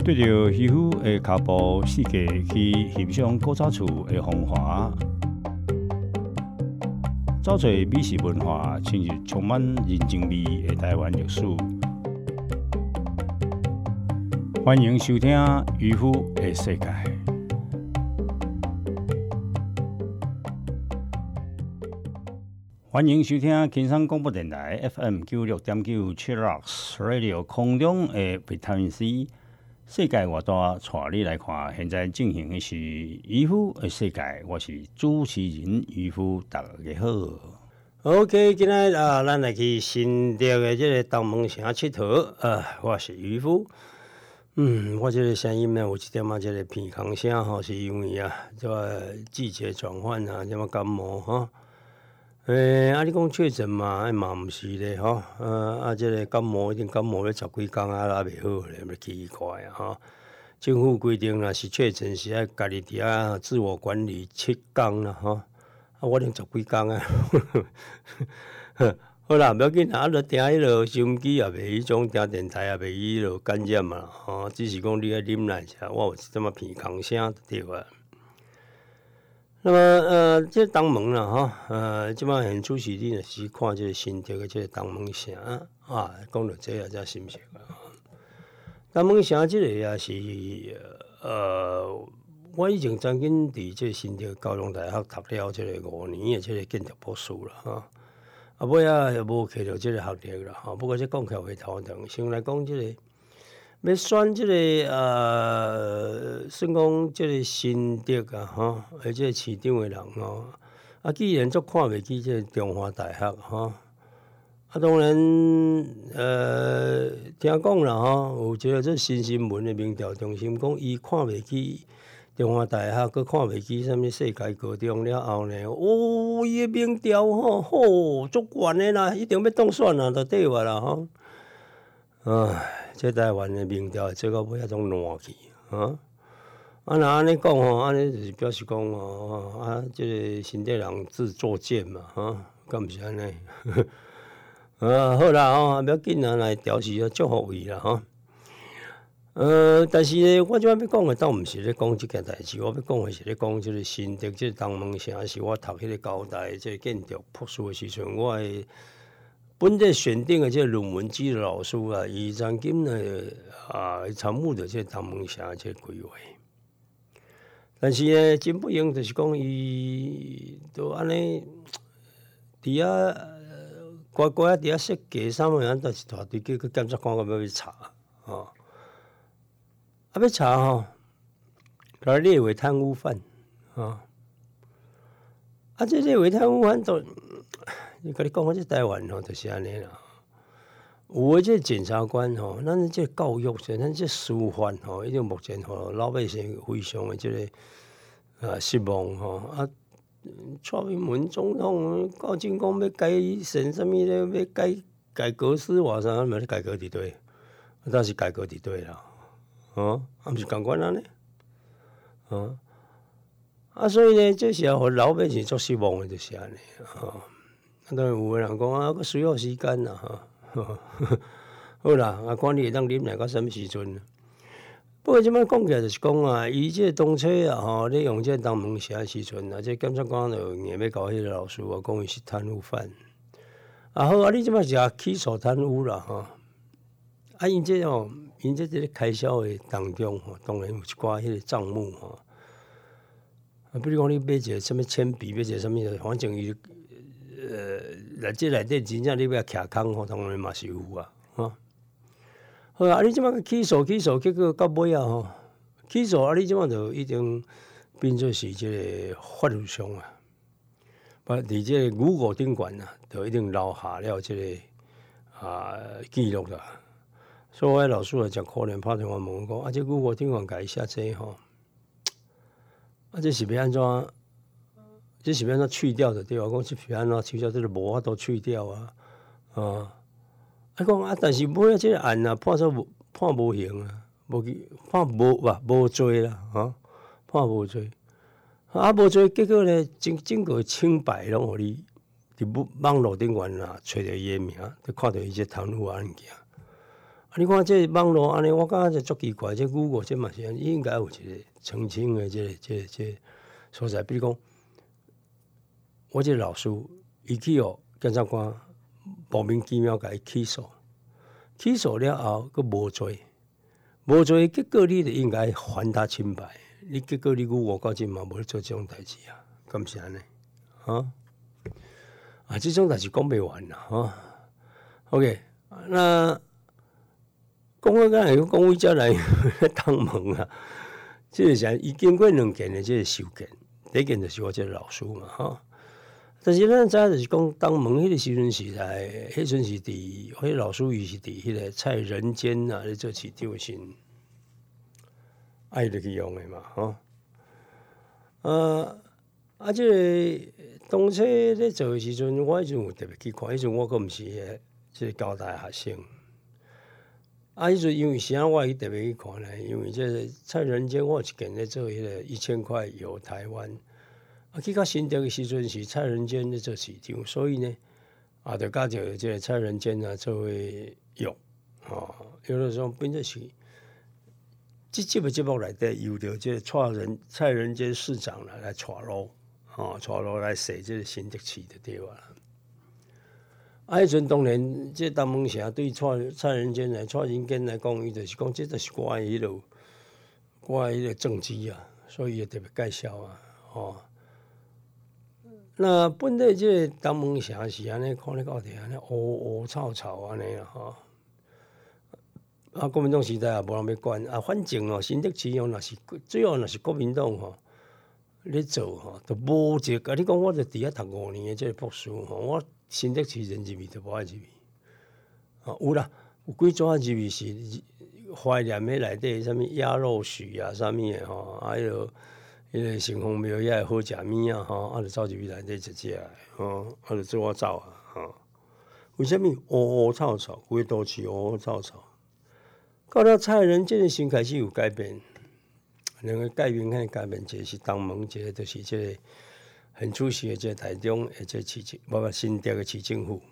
对着渔夫的脚步世界去欣赏古早厝的风华，找找美食文化，深入充满人情味的台湾历史。欢迎收听《渔夫的世界》。欢迎收听金山广播电台 FM 96.9 Chillax Radio 空中的维他命 C。世界外大，带你来看。现在进行的是渔夫的世界，我是主持人渔夫，大家好。 OK， 今仔咱来去新竹的这个东门城佚佗。我是渔夫。我这个声音呢，有一点这个鼻孔声吼，是因为这个季节转换这么感冒吼。你讲确诊嘛？嘛毋是咧吼。这个感冒已经感冒了10几天还未好咧，咪奇怪吼。政府规定啦，是确诊是要家己伫遐自我管理7天啦吼。我连10几天好啦，不要紧啦，就听迄落收音机也袂迄种，听电台也袂迄落感染嘛吼。只是讲你要啉来下，我有这么鼻孔声对啊。那么这东门啦吼，即摆现主席你若是看这个新竹的这个东门城讲到这才心实啊。东门城这个也是我以前曾经伫这新竹高中大学读了这个5年的这个建筑博士啦吼，尾也无摕到这个学历啦吼。不过这讲起来会头疼，先来讲这个。要选这个算讲这个新竹吼，而且市长的人吼，既然足看袂起这个中华大学吼，当然听讲啦吼，有一个这新新闻的民调中心讲，伊看袂起中华大学，佮看袂起什么世界高中了后呢，伊的民调吼足悬的啦，一定要当选啦，就对话啦吼。这台湾的民调做到尾总烂去若安尼讲吼，安尼就是表示讲这个新竹人自作贱嘛敢毋是安尼？好啦吼，不要紧啦，来调试祝福伊啦吼。但是呢，我即摆要讲的倒毋是咧讲即件代志，我要讲的是咧讲即个新竹即个东门城，是我读迄个高大即个建筑博士的时阵，我的。本地选定的这个论文机的老师伊曾经呢参与着这个东门城这个规划，但是呢，真不幸就是讲伊都安尼伫遐乖乖伫遐设计啥物事，都是大堆叫检察官要去查要查吼，把列为贪污犯这列为贪污犯都。你甲你讲，我这台湾就是安尼啦。有的这检察官咱这教育咱这司法已经目前老百姓非常的这个失望蔡英文总统到真讲要改选什么咧，要改革司法啥，咪咧改革伫对，但是改革伫对啦，毋是共款安尼所以呢，这是互老百姓足失望的，就是安尼当然有个人讲佫需要时间啦好啦，看你会当啉来到什么时阵。不过即摆讲起来就是讲伊这当初咧用这东门城的时阵这检察官就硬要搞迄个老师讲伊是贪污犯。好你即摆是起诉贪污啦因这因这个开销的当中当然有一寡迄个账目比如讲你买一个什么铅笔，买一个什么，反正伊。这内底真正你要徛空当然嘛是有好你即摆起诉，结果到尾起诉你即摆就已经变做是这个法律上伫这个牛股顶悬就一定留下了这个记录啦。所以我老师真可怜，拍电话问我讲这牛股顶悬甲伊写这这是要安怎？这是要怎去掉的对吧？讲这是安怎去掉，这个无法度去掉讲但是尾这个案判无刑无罪啦判无罪无罪，结果呢整个清白拢互你伫网络顶悬找到伊的名，就看到伊这贪污案件。 你看这网络安尼，我感觉足奇怪。这Google这嘛是应该有一个澄清的这所在。比如讲，我这老师伊去检察官莫名其妙甲伊起诉，起诉了后佫无罪，结果你就应该还他清白。你结果你Google到今嘛无咧做这种代志啊，敢是安尼？这种代志讲袂完啦OK， 那讲到刚才讲为遮来当门啊，这个是伊经过2件的这个事件，第一件就是我这个老师嘛但是咱知就是讲当门迄个时阵是在，迄阵是伫，迄老师伊是伫迄个蔡仁坚啊咧做市长时，爱入去用的嘛这个当初咧做的时阵，我迄阵有特别去看，迄阵我佫毋是即个交大学生。迄阵因为啥我特别去看咧？因为这个蔡仁坚我有一件咧做迄个1000块游台湾，去到新竹的时阵是蔡仁坚咧做市长，所以呢就甲着这个蔡仁坚作为用有的时候变做是这节目内底由着这个蔡仁坚市长来带路。带路来设这个新竹市就对了。迄阵当然，这东门城对蔡仁坚来讲，伊就是讲，这就是我的迄个政绩啊，所以也特别介绍那本来这个东门城是安尼，看咧到底安尼乌草草安尼国民党时代也无人要管反正新竹市若是最后若是国民党咧做就无一个。你讲我就伫遐读5年的这个博士我新竹市人入去就无爱入去有啦，有几组入去是怀念迄内底什么鸭肉许啊，什么的还有迄个城隍庙遐的好食面就走入去内底食食就做我走为什么乌草草，规都市乌草草？到了蔡仁坚先开始有改变。两个改变一个是东门，一个就是这个很出席的这个台中的这市政，包括新竹的市政府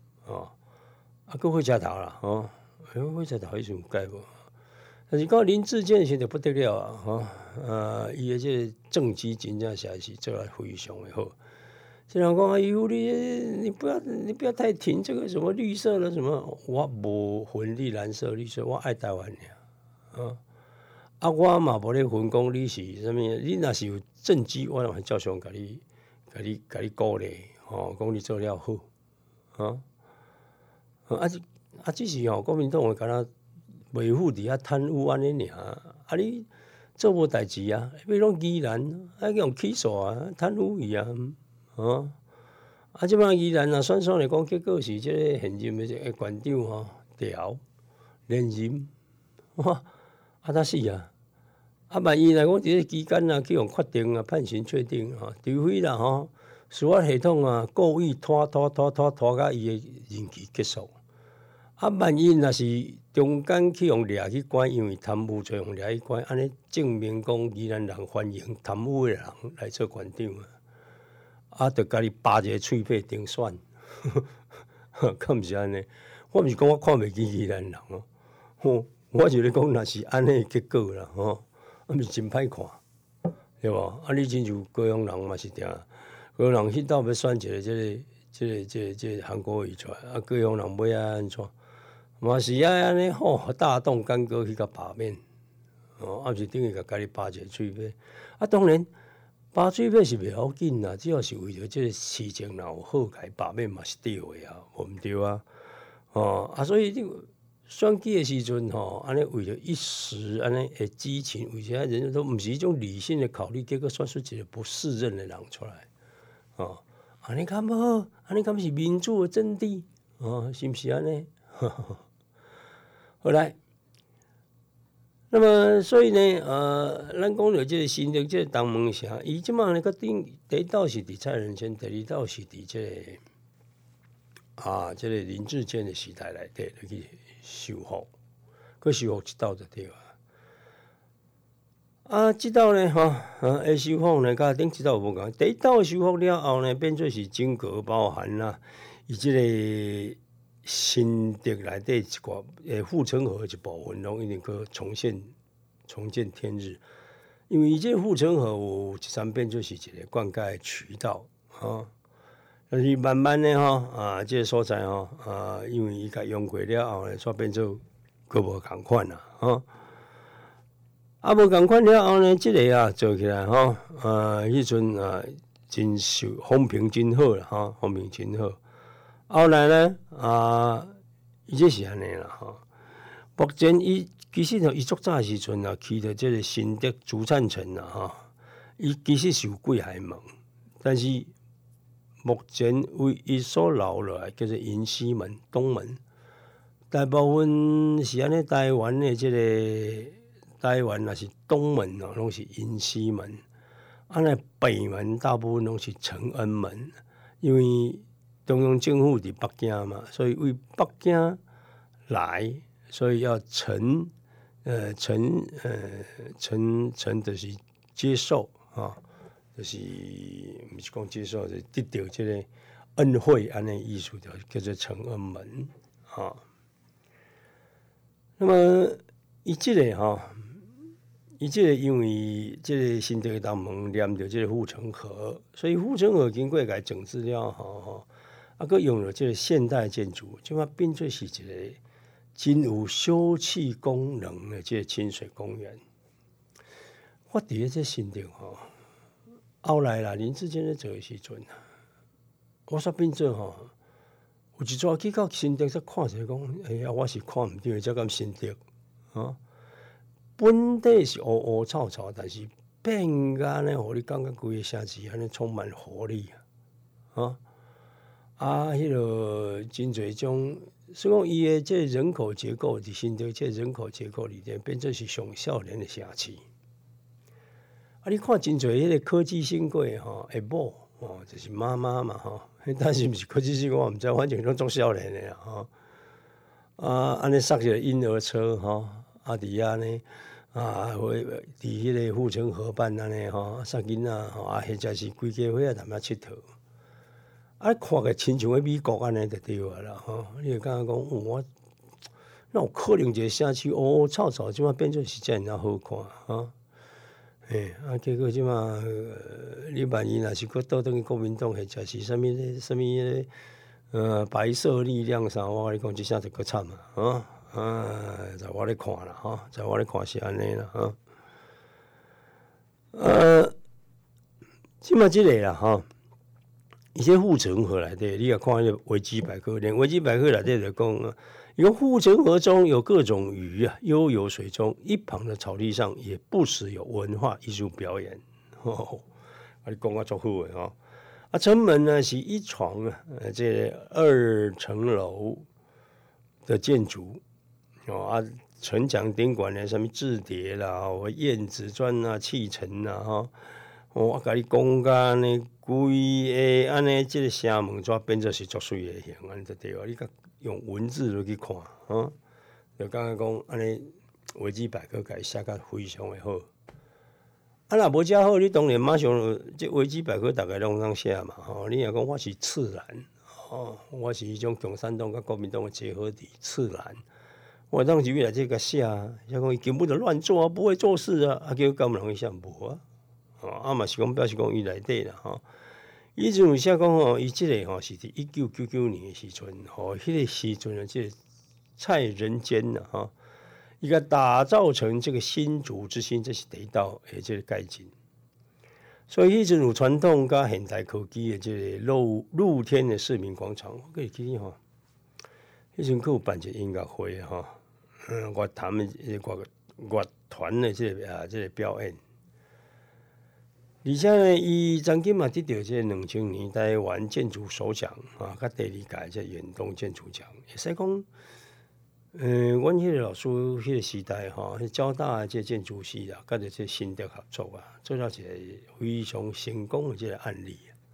火车头啦火车头迄阵有改无？但是到林志坚时就不得了伊的这个政绩真正是做得非常的好。虽然讲你不要太挺这个什么绿色的什么，我无分你蓝色绿色，我爱台湾我嘛无咧分讲你是啥物，你若是有政绩，我会照常甲你鼓励讲你做了好只是国民党会敢若维护伫遐贪污安尼尔你做无代志要拢依然用起诉贪污伊即摆依然算来讲，结果是即个现任的这个县长调连任他死万一来讲，伫这期间去用确定判刑确定除非啦司法系统故意拖到伊的任期结束。万一若是中间去用掠去关，因为贪污罪用掠去关，安尼证明讲宜兰人欢迎贪污的人来做县长就甲你扒一个喙皮顶选，敢毋是安尼？我毋是讲我看袂起宜兰人我就咧讲，若是安尼结果啦毋是真歹看，对无？你亲像高雄人嘛是定，高雄人迄道要选一个这个韩国瑜出来，高雄人要安怎？嘛是安尼大动干戈去甲罢免，毋是等于甲你扒一个喙皮当然，扒喙皮是袂要紧啦，只要是为着这个事情若有好，甲伊罢免嘛是对的无毋对所以选举的时阵安尼为了一时安尼的激情，为着人都毋是一种理性的考虑，结果选出一个不适任的人出来安尼敢无？安尼敢是民主的真谛是毋是安尼？好来，那么所以呢咱讲到这个新竹这个东门城，伊即马呢个第一道是伫蔡仁坚，第二道是伫这个这个林志坚的时代内底去修复，去修复一道就对这道呢会修复呢，甲顶一道无共。第一道修复了后呢，变做是整个包含伊这个新竹内底一寡护城河一部分，拢一定去重建天日，因为伊这护城河有13边就是一个灌溉渠道但是慢慢的这个所在因为伊甲用过了后呢，煞变做佫无共款啦无共款了后呢，这个做起来迄阵真受风评真好啦风评真好。后来呢伊这是安尼啦目前伊其实伊足早时阵去到这个新竹主产城啦伊其实是有几海门，但是目前为伊所留落来叫做银溪门、东门，大部分是安尼。台湾的这个台湾若是东门拢是银溪门，那北门大部分拢是承恩门，因为中央政府伫北京嘛，所以为北京来，所以要承就是接受就是毋是讲接受，就是得到这个恩惠安尼意思，叫做承恩门那么伊这个因为这个新竹东门连着这个护城河，所以护城河经过改整治了佫用了这个现代建筑，即马变做是一个真有休憩功能的这个清水公园。我伫咧这新竹后来啦，林志坚咧做的时阵我煞变做有一撮去到新竹才看者讲，我是看毋到，才敢新竹本地是乌乌草草，但是变甲呢，互你感觉规个城市安尼充满活力迄落真侪种，所以讲伊的这人口结构伫新竹这人口结构里面，变做是上少年的城市。你看真侪迄个科技新贵下某就是妈妈嘛但是毋是科技新贵我毋知，反正拢足少年的安尼塞一个婴儿车伫遐呢会伫迄个护城河畔安尼塞囡仔或者是规家伙踮遐佚佗。看个亲像喺美国安尼就对啦你会感觉讲我哪有可能一个城市乌乌草草，即马变做是遮尔好看结果即马你万一若是佫倒转去国民党，或者是啥物白色力量啥，我甲你讲，即下就佫惨在我咧看啦在我咧看是安尼啦即马即个啦一些护城河内底，你也看那个维基百科，连维基百科内底就讲因为护城河中有各种鱼悠游水中，一旁的草地上也不时有文化艺术表演你讲足好的城门呢是一床这2层楼的建筑城墙顶管的什么雉蝶啦、燕子砖啊、砌城啊我甲你讲甲呢，规个安尼，这个城门怎变做是足水的形安尼就对你甲用文字落去看就感觉讲安尼维基百科甲伊写甲非常的好。若无遮好，你当然马上这维基百科大概拢通写嘛你若讲我是次蓝我是迄种共产党甲国民党的结合体次蓝，我当时来这个写讲伊根本就乱做不会做事结果敢有人去写无嘛是讲表示讲伊内底啦以前有写讲伊即个是伫1999年的时阵迄个时阵的这个蔡仁坚伊甲打造成这个新竹之星，这是第一道的这个改进。所以迄阵有传统甲现代科技的这个露天的市民广场，我记得迄阵佫有办一个音乐会乐团的这个表演。而且呢，伊曾经嘛得到这2000年台湾建筑首奖甲第2届这远东建筑奖。会使讲，阮迄个老师迄个时代交大这建筑系甲这新竹合作做了一个非常成功的这个案例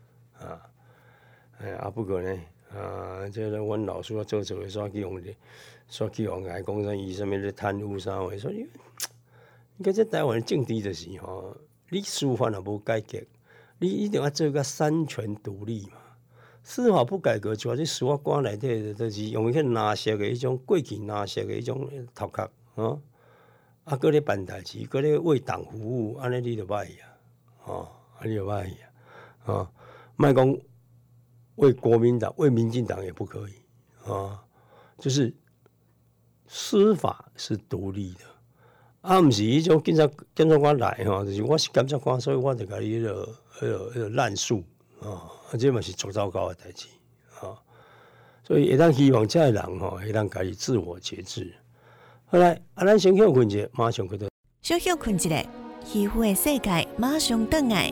不过呢这个阮老师做的煞去用来讲啥伊啥物咧贪污啥话，所以你看这台湾的政治就是你司法也无改革，你一定要做个三权独立嘛。 司法不改革，主要是司法官内底就是用迄拿色的迄种过去拿色的迄种头壳啊，搁咧办代志，搁咧为党服务，安尼你就歹啊，安尼就歹啊，莫讲为国民党、为民进党也不可以啊，就是司法是独立的。啊，毋是迄种检察官来就是我是检察官，所以我就甲你迄个滥诉这嘛是足糟糕的代志所以会当希望这个人会当家己自我节制。好来，咱先休困一下，马上回到。 小休困一下，渔夫的世界马上回来。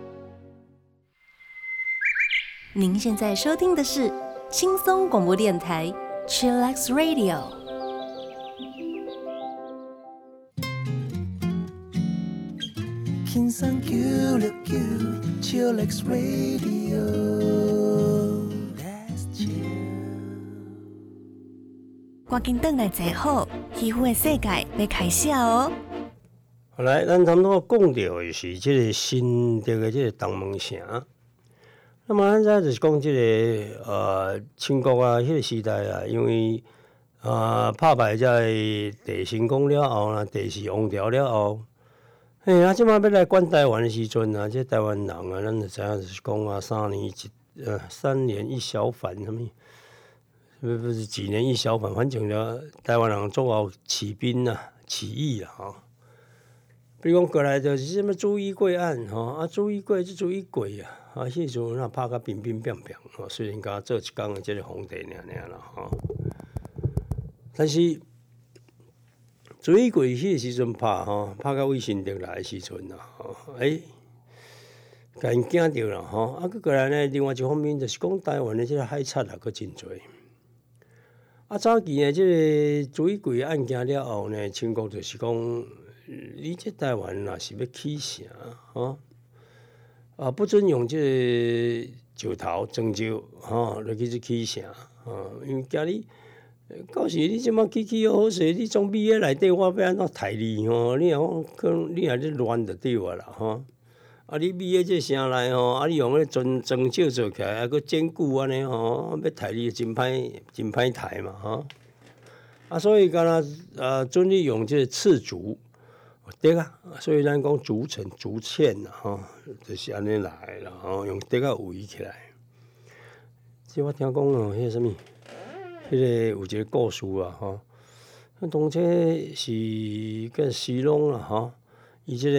您现在收听的是轻松广播电台 Chillax Radio。 轻松969 Chillax Radio。Let's chill。 赶紧回来坐好，渔夫的世界要开始哦。 好来，咱差不多讲到的是这个新的这个东门城。那么咱就是讲这个清国啊，迄个时代啊，因为拍败在地成功了后啦，地势亡掉了后。即摆要来管台湾的时阵啊，这台湾人啊，咱就知影就是讲啊，3年一小反，什么不是几年一小反，反正了台湾人做好起兵啊、起义啊比如讲过来就是什么朱一贵案朱一贵就朱一贵啊，迄时阵那拍甲乒乒乓乓虽然甲做一工的这个皇帝尔啦但是。朱一贵迄个时阵拍到魏新德来的时阵甲因惊着啦佮过来呢，另外一方面就是讲台湾的这个海贼啊，佮真多。早期的这个朱一贵案件了后呢，清国就是讲，你这台湾若是要起城不准用这个石头砖石落去起城因为惊你。到时你即马起好势，你总比迄内底我要安怎刣你你若讲你若咧乱就对啊啦你比迄这城内你用迄砖石做起来，佮坚固安尼要刣你真歹刣嘛所以敢若准你用这刺竹，竹所以咱讲竹城、竹堑就是安尼来啦用竹围起来。即我听讲迄个什么？迄个有一个故事啊，当初是个徐龙啦，伊即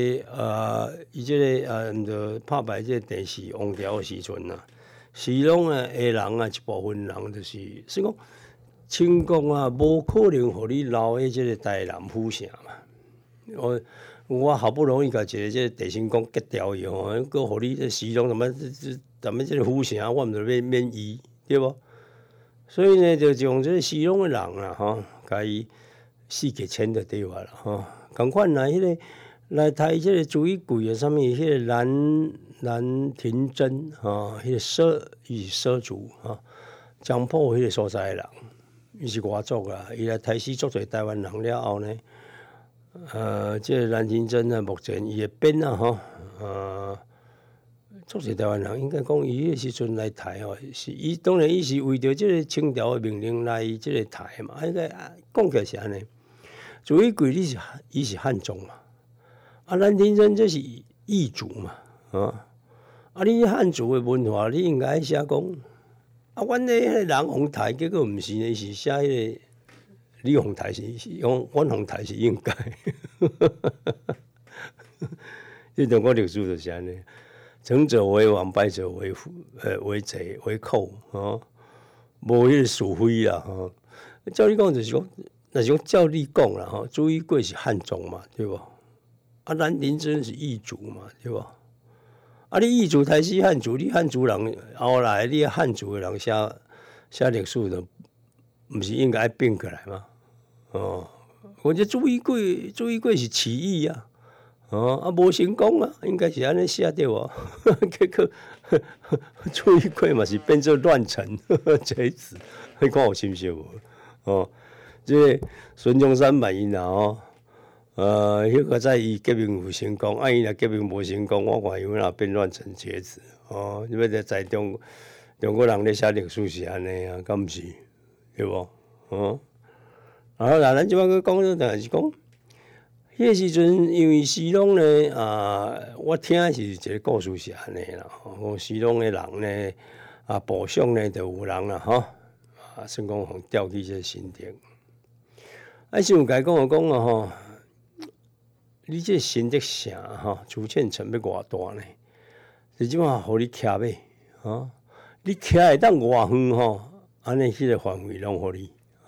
个毋着拍败即个地势亡掉的时阵啊，徐龙的人一部分人就是，所以讲清国无可能互你留喺即个台南府城嘛。我好不容易甲一个即个地心宫结掉伊佮互你这徐龙怎么即个府城，我毋着要免伊，对无？所以呢，就用这西龙的人啦，甲伊死给签的对法啦，共款啦，迄个来台这个朱一贵啊，啥物迄个蓝廷珍迄个伊是畲族江埔迄个所在的人，伊是外族啦，伊来台西足侪台湾人了后呢，这个蓝廷珍目前伊的编足侪台湾人应该讲，伊迄个时阵来台是伊当然伊是为着即个清朝的命令来即个台嘛。应该讲起来是安尼。朱一贵伊是汉族嘛，蓝廷珍这是异族嘛，你汉族的文化你应该写讲，阮的迄个人红台，结果毋是呢，是写迄个李红台是用阮红台是应该。这中国历史就是安尼。成者为王，败者为贼为寇无迄个是非啦照你讲就是讲，若是讲照你讲啦朱一贵是汉族嘛，对无？蓝廷珍是异族嘛，对无？你异族台西汉族，你汉族人后来你汉族的人写历史就毋是应该爱变过来嘛？我这朱一贵是起义啊！无成功啊，应该是安尼写对无？结果朱一贵嘛是变做乱臣贼子，你看有深熟无？这孙中山嘛因啦迄个在伊革命有成功，伊若革命无成功，我看伊若变乱臣贼子你要在中中国人咧写历史是安尼啊，敢毋是？对无？然后咱即摆去讲个代是讲，迄个时阵因为西隆咧我听的是一个故事是安尼啦，讲西隆的人咧部上咧就有人啦算讲互调去这新店。先有甲伊讲你这新竹城朱堑城要偌大呢？就即摆互你徛马你徛会当偌远安尼迄个范围拢互你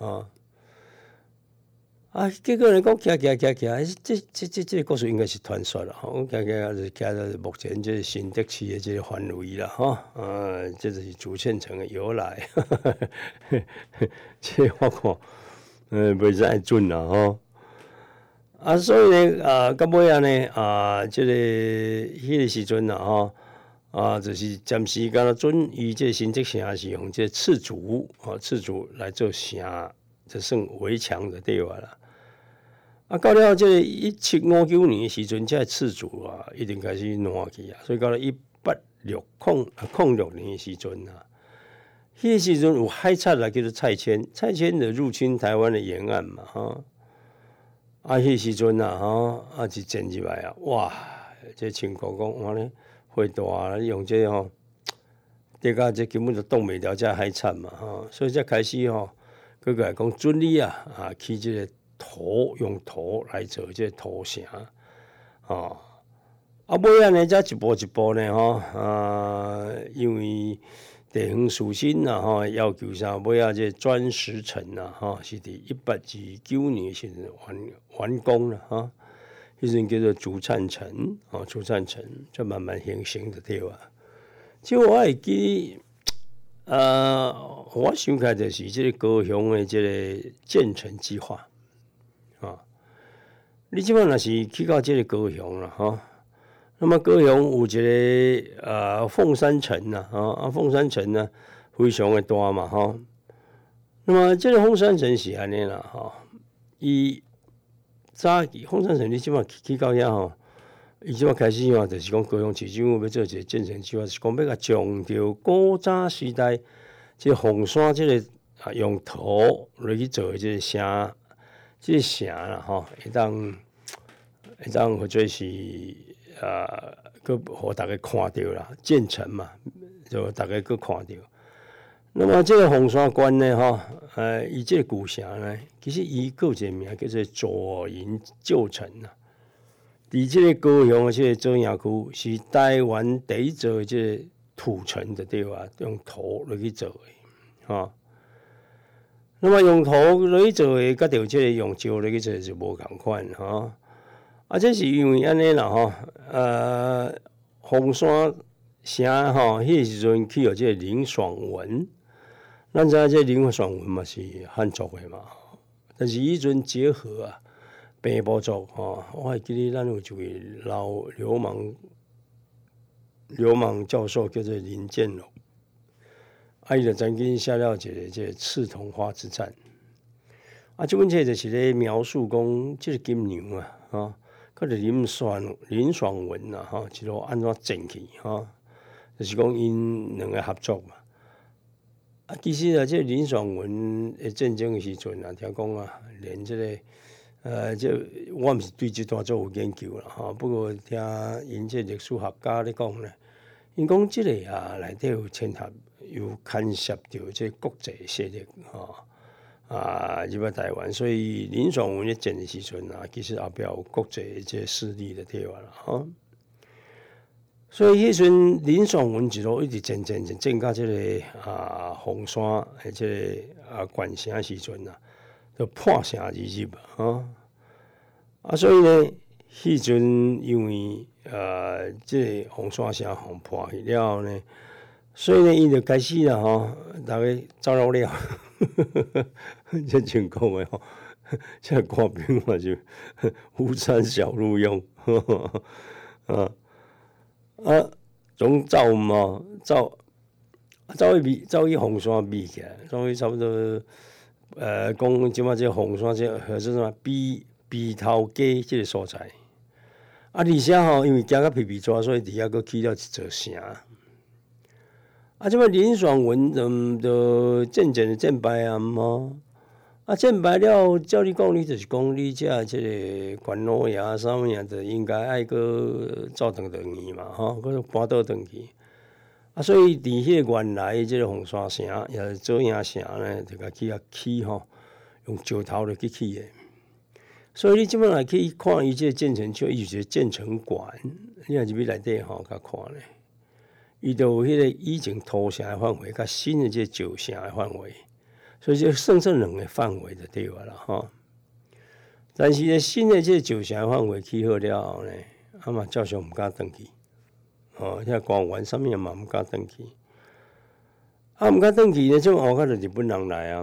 结果人讲徛，这个故事应该是传说啦。我徛就是徛到目前这新竹市的这个范围啦这就是朱堑城的由来。这我看袂使会准啦所以呢到尾呢这个迄个时阵啦就是暂时敢若准伊这新竹城是用这赤竹来做城，这算围墙的对话啦。到了这个1759年的时阵，这赤竹已经开始烂去所以到了1806年的时阵迄个时阵有海贼叫做蔡牵就入侵台湾的沿岸嘛迄个时阵一战入来哇！这清国讲哇咧，火大用这得甲这根本就挡袂了这海贼嘛所以才开始佮来讲准你去这个用土来做这个土城尾呢，才一步一步呢因为地方士绅要求啥，尾这砖石城是伫1829年时阵完工啦迄阵叫做竹颤城才慢慢形成的对吧？即我会记我想起来就是这个高雄的这个建成计划你即摆若是去到这个高雄啦那么高雄有一个凤山城凤山城呢非常的大嘛那么这个凤山城是安尼啦伊早期凤山城你即摆去到遐伊即摆开始就是讲高雄市政府要做一个建成计划，是讲要甲强调古早时代这凤山这个用土来去做的这个城，这个城啦会当或者是佮互大家看到啦，建成嘛，就大家佮看到。那么这个凤山关呢伊这个古城呢，其实伊有一个名叫做左营旧城伫这个高雄的这个左营区是台湾第一座这个土城的对吧？用土来去做的那么用土来去做的，甲着这个用石来去做是无共款这是因为安尼啦凤山城迄个时阵去有这个林爽文，咱知影这林爽文嘛是汉族的嘛，但是迄阵结合平埔族我还记得咱有一位老流氓教授叫做林建龙，伊就曾经写了一个这个赤桐花之战这本册就是咧描述讲这个金牛佮着林爽文一路安怎战去就是讲因两个合作嘛其实这个林爽文的战争的时阵听讲连这个这我毋是对这段做有研究啦不过听因这历史学家咧讲咧，因讲这个内底有牵合有牵涉到这国际势力入来台湾，所以林爽文咧战的时阵其实后壁有国际这势力的对话啦所以迄阵林爽文一路一直战到这个凤山的这个关城时阵就破城而入所以呢，迄阵因为这个凤山城互破去了后呢，所以呢，伊就开始啦大家走了了，这情况的这官兵嘛就孤山小路用总走嘛走去凤山比起来，走去差不多讲即马这凤山这或者什么鼻头街这个所在而且因为行到皮抓，所以伫遐佫起了一座城即摆林爽文就渐渐的战败啊吼。战败了，照你讲，你就是讲你即个关老爷啥物啊，就应该爱个走转去嘛，吼，搁搬倒转去。所以伫迄个原来即个凤山城，也是左营城呢，就甲起吼，用石头来去起的。所以你即摆来去看伊即个建成区，伊就是建成馆，你若入去内底吼，甲看咧，伊就有迄个以前土城的范围，甲新的即个旧城的范围。所以就剩两个范围就对了吼。但是咧新的这个旧城范围起好了后呢，嘛照常毋敢转去。遐官员啥物嘛毋敢转去。毋敢转去呢，种后脚就日本人来啊。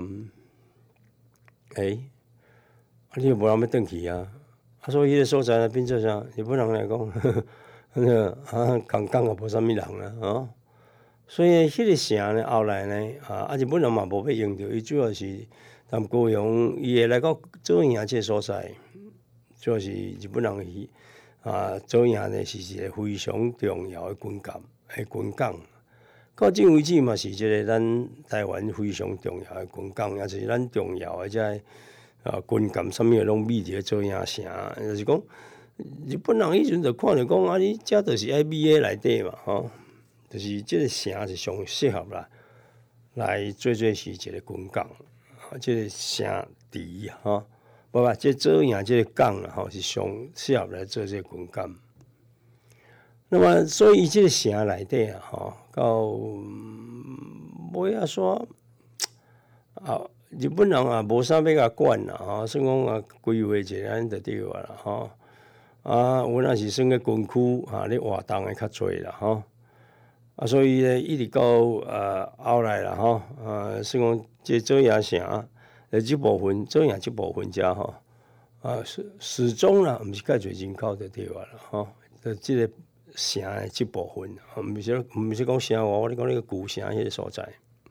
你又无人要转去啊？所以迄个所在变做啥？日本人来讲，刚刚也无啥物人啦，吼。所以迄个城呢，后来呢，日本人嘛无要用着，伊主要是淡高雄伊会来到左营这个所在，主要是日本人去左营呢是一个非常重要的军港，到今为止嘛是一个咱台湾非常重要的军港，也是咱重要的这军舰啥物的拢秘伫左营城，就是讲日本人以前就看着讲你遮就是爱秘喺内底嘛，吼。就是这个城是上适合来做是一个军港，这个城池哈，这左营这个港是上适合来做这个军港。那么，所以这个城内底到尾啊说日本人无啥要甲管啦，算讲规划一下安就对啦有若是算个军区咧活动的较侪啦所以呢，一直到后来啦算讲这左营城这部分，左营这部分遮始终啦，毋是介侪人口就对啦就这个城的这部分，毋是讲城外，我咧讲那个旧城迄个所在。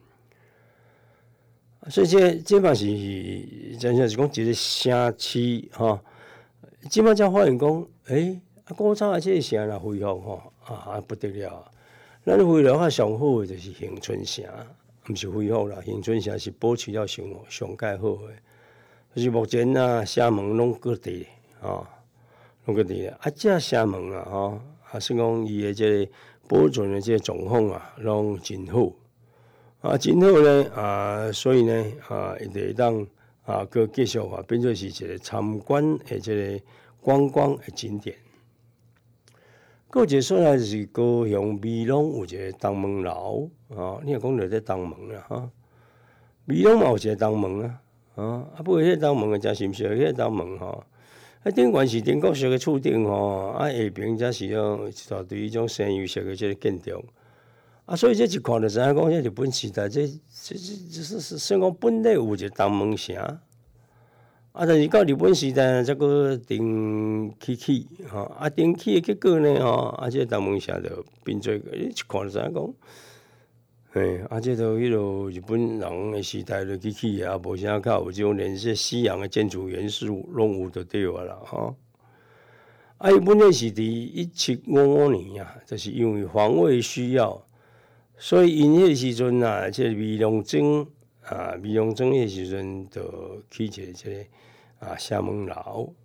所以这嘛是真正是讲一个城市即摆才发现讲，古早这个城若恢复不得了。咱恢复上好的就是恒春城，毋是恢复啦。恒春城是保持了上介好的，就是目前城门拢搁伫拢搁伫这城门算讲伊的这个保存的这个状况拢真好真好呢所以呢伊就会当搁继续变做是一个参观的这个观光的景点。个一个所在就是高雄美浓有一个东门楼你若讲到这东门啦美浓嘛有一个东门不过迄个东门真神秘，迄个东门顶悬是中国式的厝顶下边则是一大堆迄种西洋式的这个建筑所以这一看就知影讲，这日本时代这算讲本来有一个东门城。但是到日本时代才个定起定起的结果呢这个东门城就变做一看就知影讲，这都迄落日本人的时代就起无啥较有这种连这西洋的建筑元素拢有就对啦日本那是伫1755年就是因为防卫需要，所以因迄个时阵这个美浓庄迄个时阵就起一个这个城门楼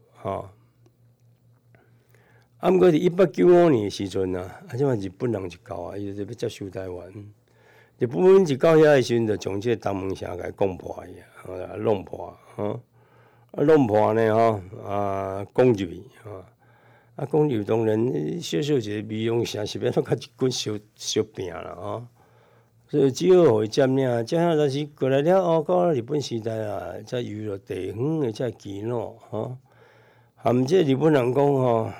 毋过伫1895年的时阵即摆日本人就到伊就要接收台湾。日本人一到遐的时阵，就将这个东门城给攻破去弄破弄破呢攻入去攻入当然小小一个美浓城是变做较一群小饼啦所以只好互伊占领，占领但是过来了到日本时代才有了地方的这基路含这日本人讲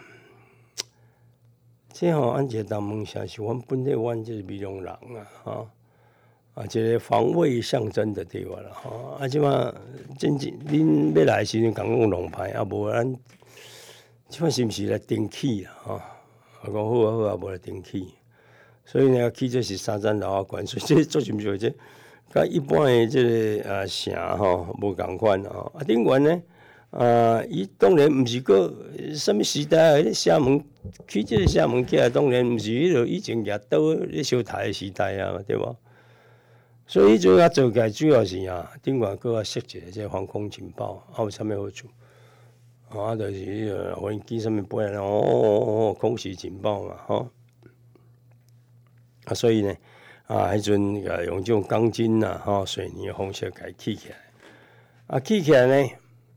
这按一个东门城是阮本来阮这美浓人一个防卫象征的对话啦即摆真正恁要来时阵讲龙牌无咱即摆是毋是来登起啦讲好无来登起。所以呢，起这是三层楼馆，所以这做是毋是这甲一般的这个城无共款顶悬呢伊当然毋是个什么时代啊，厦门开即个厦门起来，当然毋是迄落以前掠刀咧烧台的时代啊，对无？所以迄阵做起来主要是顶悬搁设一个即防空情报，有啥物好处？就是迄个无人机上面飞来空袭情报嘛，所以呢，迄阵用这种钢筋水泥的方式给起起来，起起来呢，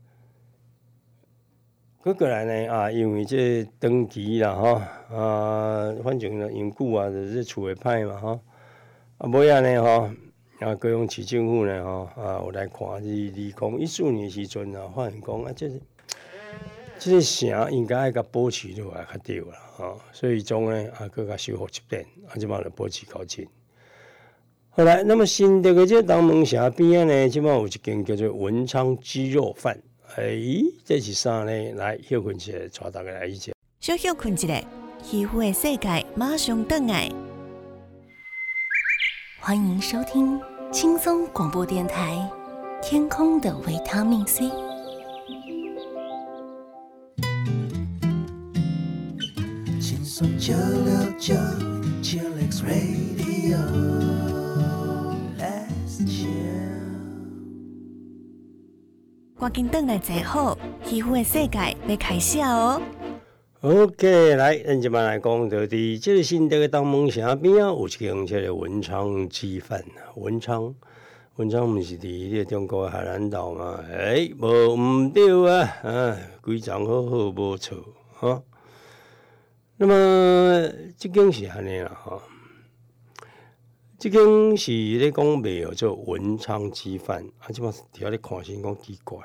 过来呢，因为这长期啦，反正因久就是厝会歹嘛，尾仔呢，高雄市政府呢，有来看2014年的时阵发现讲这个城应该爱甲保持落来较对啦，所以总呢搁甲修复一遍，即摆就保持较紧。后来，那么新的这个东门城边呢，即摆有一间叫做文昌鸡肉饭，这是啥呢？来休困一下，带大家来一下。 小休困一下，渔夫的世界马上回来。欢迎收听轻松广播电台《天空的维他命 C》。 轻松969 Chillax Radio。Let's chill。 赶紧回来坐好，渔夫的世界要开始哦。 OK， 来，咱即摆来讲到伫即个新竹东门城边有一间即个文昌鸡饭。文昌毋是伫迄个中国海南岛嘛？无毋对啊！规张好好无错哈。那么即间是安尼啦即间是咧讲卖做文昌鸡饭，即摆伫遐咧看先讲奇怪。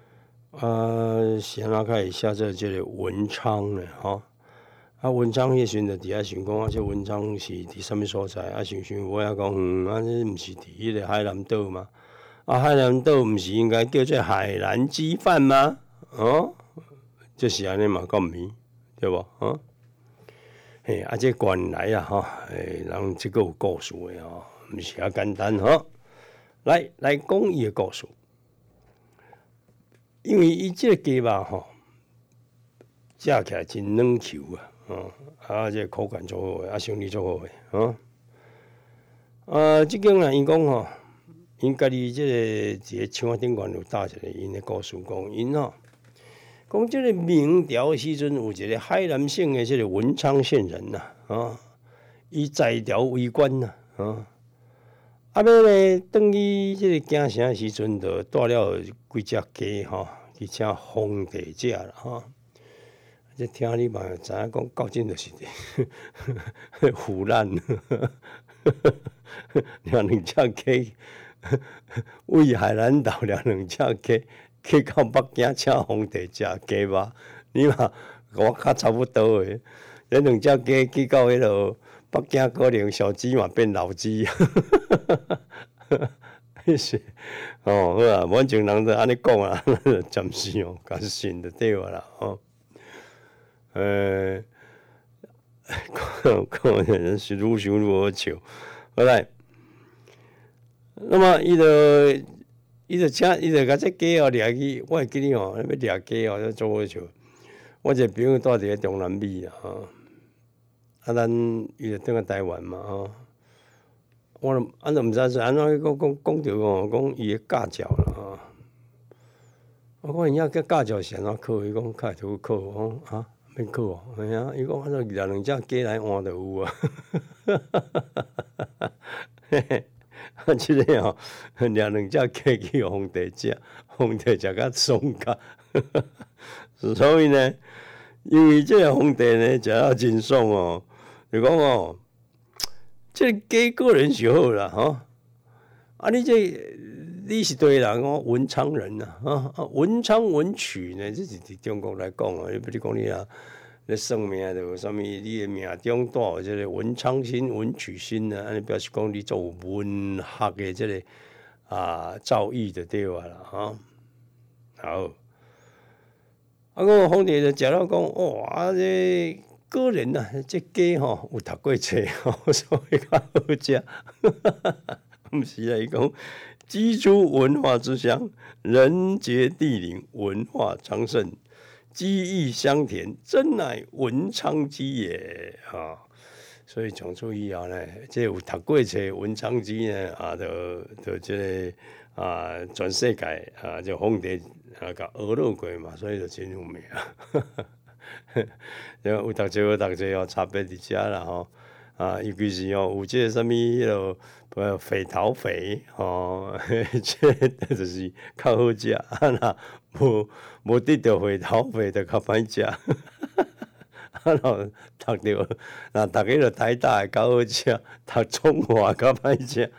是安怎会写做即个文昌呢？文昌迄时阵就伫遐想讲，这文昌是伫什么所在？想尾仔讲，这毋是伫迄个海南岛吗？海南岛毋是应该叫做海南鸡饭吗？就是安尼嘛，敢毋是？对无？这原来人即个有故事的毋是遐简单来讲伊的故事。因为伊即个鸡肉食起来真软 Q 即个口感足好诶，生理足好诶，即间因讲因家己即个伫个墙顶悬有搭一个因诶故事，讲因讲即个明朝时阵有一个海南省诶即个文昌县人伊在朝为官尾咧，等于即个行城时阵，就带了几只鸡去请皇帝食啦这听你嘛知影讲，到真就是腐烂，两只鸡，为海南岛两只鸡，去到北京请皇帝食鸡肉，你嘛我较差不多诶。这两只鸡去到迄落北京，可能小鸡嘛变老鸡。是好啊，反正人都安尼讲啊，暂时甲信就对啦讲是愈想愈好笑。好来，那么伊就甲这鸡掠去，我会记哩要掠鸡这做好笑。我一个朋友住伫咧中南美咱伊就转去台湾嘛我就毋知是安怎讲着讲伊的驾照啦我讲伊遐驾照是安怎考？伊讲较会拄考，我讲免考伊讲安怎掠两只鸡来换就有即个掠两只鸡去皇帝食，皇帝食甲爽甲所以呢，因为即个皇帝呢食了真爽就讲这个鸡个人就好啦你是对人文昌人文昌文曲呢，这是伫中国来讲你比如讲你咧算命就有啥物，你的命中带有这个文昌星、文曲星安尼表示讲你做文学的这个造诣就对啦好。皇帝就食了讲这个人这鸡有读过册所以较好食。毋是伊讲鸡出文化之乡，人杰地灵，文化昌盛，鸡翼香甜，真乃文昌鸡也啊！所以从此以后呢，这有读过册文昌鸡呢就这个全世界就皇帝甲学落过嘛，所以就真有名。有读册差别伫遮啦吼。尤其是有这个什么迄落肥桃肥这就是较好食。无得到肥桃肥就较歹食。读着，大家就台大的较好食，读中华较歹食。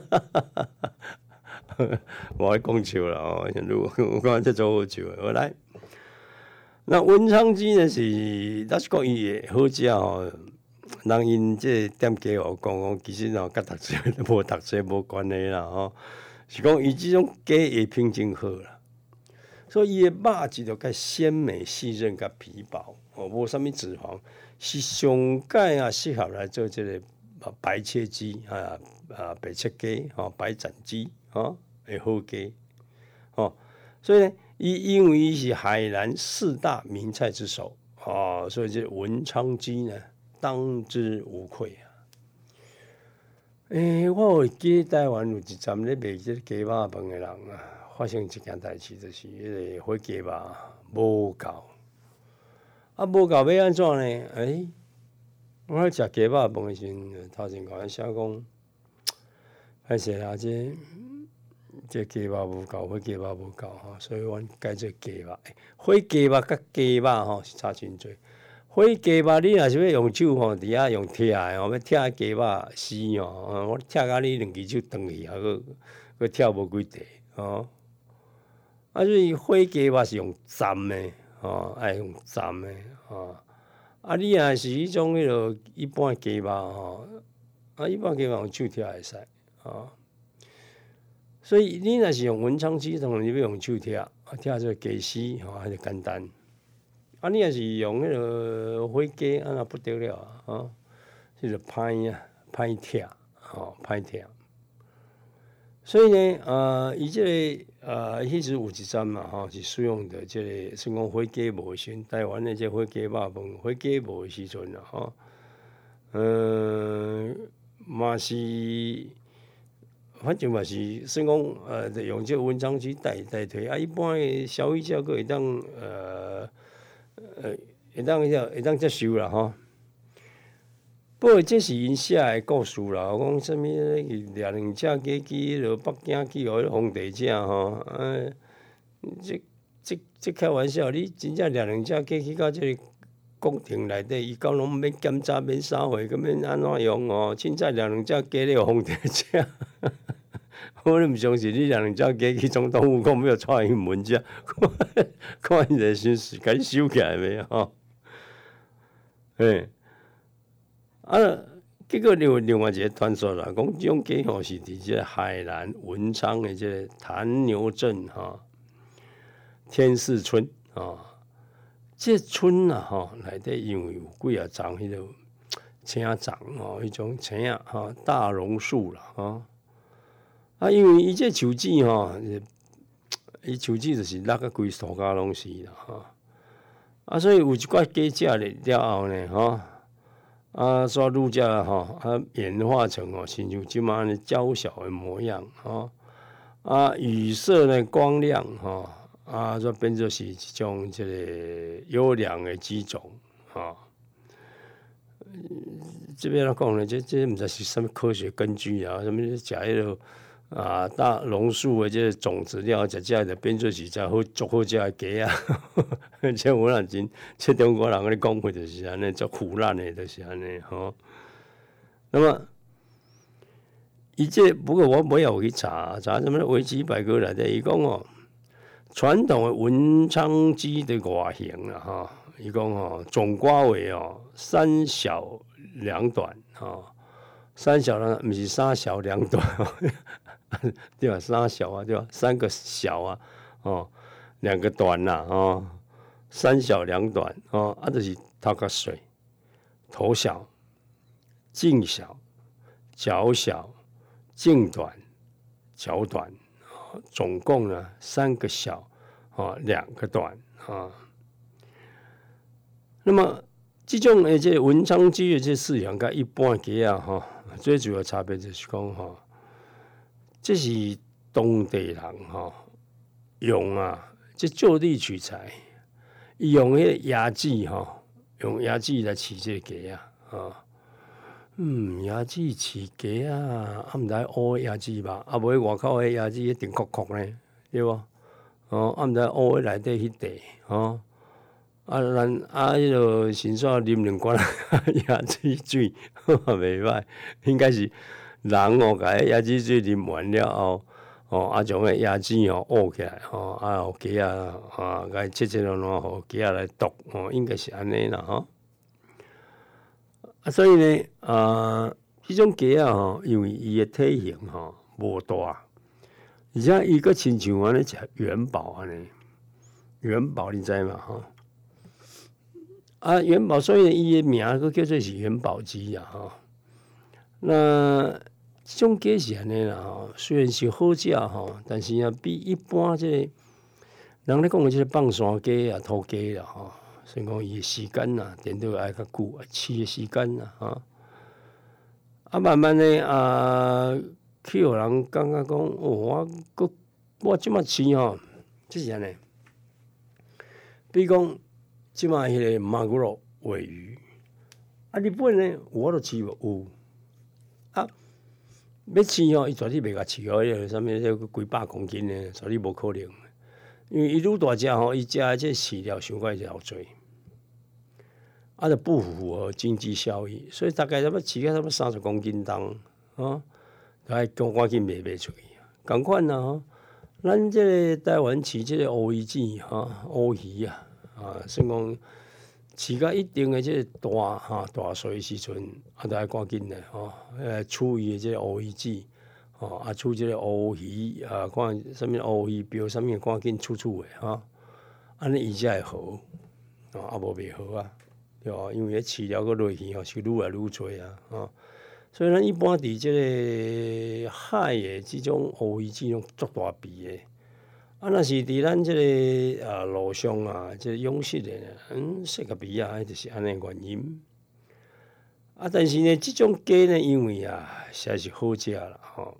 我爱讲笑啦我感觉这做好笑的。我来，那文昌鸡呢是，咱是讲伊会好食人因这店家我讲，其实甲读册无读册无关系啦是讲伊即种鸡会品真好啦，所以伊的肉质就较鲜美细韧甲皮薄无啥物脂肪，是上佳适合来做这个白切鸡白切鸡白斩鸡会好鸡所以呢，因为伊是海南4大名菜之首所以这文昌鸡呢当之无愧我会记台湾有一站咧卖这鸡肉饭的人发生一件代志，就是迄个火鸡肉无够，无够要安怎呢？我咧食鸡肉饭的时阵，头前甲阮写讲，歹势啦，这鸡肉无够，火鸡肉无够所以阮改做鸡肉。火鸡肉甲鸡肉是差真多。火鸡肉你若是要用手伫遐用拆的要拆鸡肉丝我拆甲你2只手断去佫拆无几块所以火鸡肉是用斩的爱用斩的你若是迄种迄落一般鸡肉一般鸡肉用手拆会使所以你若是用文昌鸡，当然你要用手拆做鸡丝迄就简单。你若是用迄落火鸡，那不得了迄就歹拆歹拆。所以呢，伊这个迄时有一站嘛是使用的这个，算讲火鸡无时阵，台湾的这火鸡肉饭，火鸡无时阵啦嘛是，反正嘛是算讲就用这文昌鸡代替一般的消费者佫会当会当接受啦不过这是因写的故事啦，讲什么掠2只鸡去落北京去，互皇帝食这开玩笑，你真正掠2只鸡去到这个宫廷内底，伊讲拢免检查免啥货，佮免安怎用凊彩掠2只鸡咧，互皇帝食。我都毋相信你掠2只鸡去总统府，讲要带去门食，看伊个心思，甲你收起来袂结果另外一个传说啦，讲这种鸡是伫这海南文昌的这个潭牛镇天士村这村内底因为有几丛迄个青丛迄种青大榕树啦因为伊这树枝伊树枝就是落个规树骹拢是啦所以有一寡鸡食了后呢煞愈食演化成亲像即马安尼娇小的模样羽色呢光亮煞变做是一种这个优良的鸡种这边来讲呢，这毋知是什么科学根据什么食迄落大榕树的这个种子了，食就变做是只足好食的鸡这有人真，这中国人安尼讲法就是安尼，足腐烂的，就是安尼那么，不过我尾有去查什么维基百科内底，伊讲传统的文昌鸡的外形啦伊讲总瓜为3小2短3小2不是3小2短对吧？3小对吧？3个小2个短啦3小2短就是头壳水，头小，颈小，脚小，颈短，脚短总共呢3个小2个短那么这种的这文昌鸡的这饲养跟一般鸡最主要差别就是讲这是当地人用这就地取材，用迄个野子用野子来饲这个鸡野子饲鸡毋知乌的野子吧？无外口的野子一定壳壳呢，对无？毋知乌的内底迄块咱迄个先煞啉2罐椰子水，袂歹，应该是人甲迄椰子水啉完了后，将迄椰子乌起来互鸡甲切切乱乱，互鸡来毒应该是安尼啦所以呢这种鸡因为伊的体型无大，而且伊个亲像安尼食元宝安尼，元宝你知嘛元宝，所以伊的名佫叫做是元宝鸡那这种鸡是安尼啦虽然是好食但是比一般这个人咧讲的这个放山鸡土鸡啦所以讲伊的时间电到爱较久，饲的时间慢慢的去互人感觉讲我即马饲这是安尼，比如讲。即马迄个马古罗尾鱼日本呢我都饲无有要饲伊绝对袂甲饲迄个啥物几百公斤呢，绝对无可能，因为伊愈大只伊食的这饲料伤过老侪，就不符合经济效益，所以大概要饲到30公斤重该赶紧卖出去。共款咱这个台湾饲这个乌鱼子乌鱼算讲饲到一定的这个大岁的时阵，就爱赶紧的处理这个乌鱼子处这个乌鱼看什么乌鱼标什么赶紧处的安尼伊才会好无袂好对吧？因为饲料个落去是愈来愈多所以咱一般伫这个海的这种乌鱼子拢足大鼻的。若是伫咱这个路上这个养殖的细个鼻迄就是安尼原因但是呢，这种鸡呢，因为实在是好食啦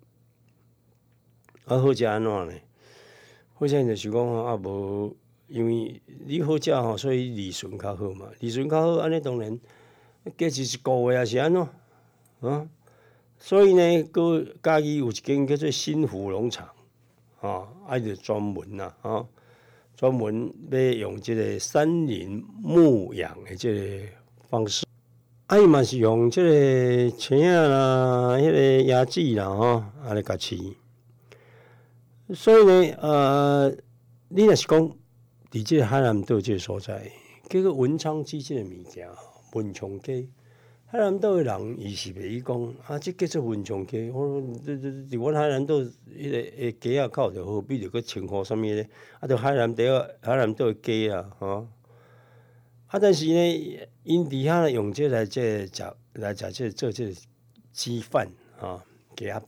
好食安怎呢？好食就是讲无，因为你好食所以利润较好嘛，利润较好，安尼当然鸡是1个月是安怎所以呢，佮家己有一间叫做新福农场。就专门专门要用这个山林牧养的这个方式，伊嘛是用这个青啦、迄个椰子啦安尼甲饲。所以呢，你若是讲伫这个海南岛这个所在，叫做文昌鸡这个物件，文昌鸡。海南岛的人，伊是袂伊讲这叫做文昌鸡。伫阮海南岛迄个鸡较就好，比着个称呼啥物咧？就海南岛的鸡但是呢，因伫遐用这来食这做这鸡饭鸡饭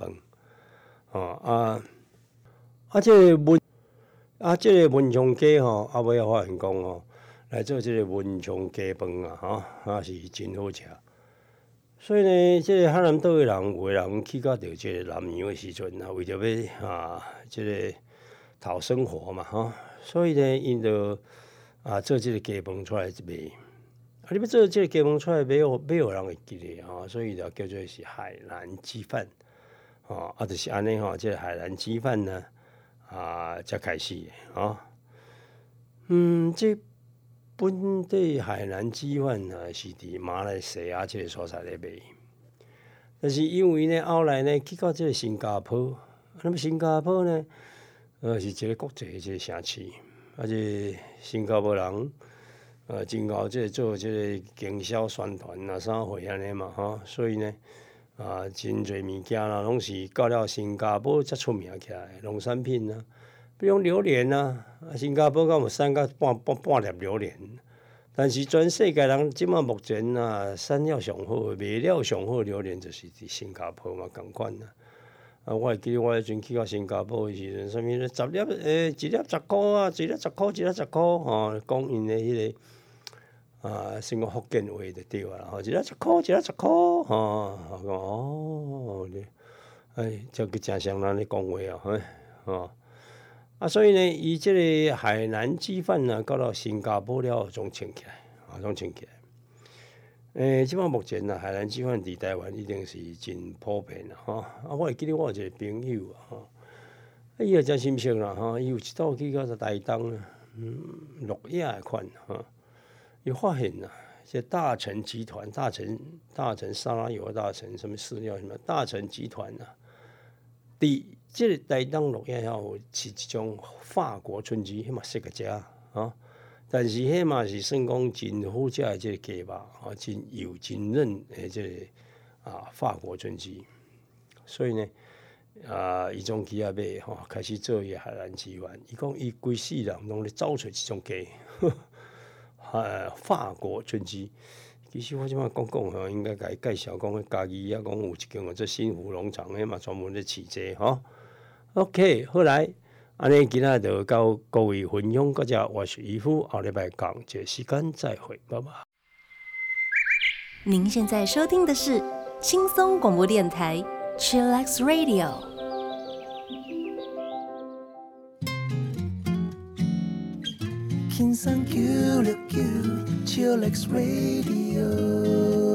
这个文昌鸡尾发现讲来做这个文昌鸡饭是真好食。所以呢，这个海南岛的人，有的人去到着这个南洋的时阵为着要这个讨生活嘛所以呢，因就做这个鸡饭出来卖。你要做这个鸡饭出来卖，有人会记得所以就叫做是海南鸡饭就是安尼这个海南鸡饭呢才开始的这。本地海南鸡饭是伫马来西亚这个所在咧卖，但是因为呢后来呢去到这个新加坡，那么新加坡呢是一个国际的这个城市，这新加坡人真够这做这个经销宣传啥货安尼嘛所以呢真侪物件啦，拢是到了新加坡才出名起来，农产品比如榴莲新加坡敢有产到半粒榴莲，但是全世界人即马目前产了上好、卖了上好榴莲就是伫新加坡嘛，共款我会记得我迄阵去到新加坡的时阵，啥物咧10粒一粒10块啊，一粒10块，一粒10块吼，讲因的迄个什么福建话就对啊，吼，一粒10块，一粒10块，吼，我讲哦，这个真像咱咧讲话啊，吼。所以呢，伊即个海南鸡饭呢，到新加坡了总请起来，总请起来。即摆目前呢，海南鸡饭伫台湾一定是真普遍啦，吼。我会记得我有一个朋友啊，吼，伊也真心性啦，吼，伊有一道去到台东啊，诺亚的款，吼，伊发现啦，这大成集团、大成沙拉油、大成什么饲料什么大成集团啊，伫即个台东诺亚遐是一种法国春鸡，迄嘛适合食啊。但是迄嘛是算讲真好食的即个鸡肉，真油真嫩的即个法国春鸡。所以呢，伊种鸡仔买开始做伊海南鸡饭。伊讲伊规世人拢咧找出即种鸡，法国春鸡。其实我即摆讲应该甲伊介绍讲，迄家己讲有一间做新福农场，迄嘛专门咧饲这吼。OK， 好来，安尼今仔就到各位分享，各只我是渔夫，后礼拜讲这时间再会，拜拜。 您现在收听的是轻松广播电台 Chillax Radio。 轻松969 Chillax Radio。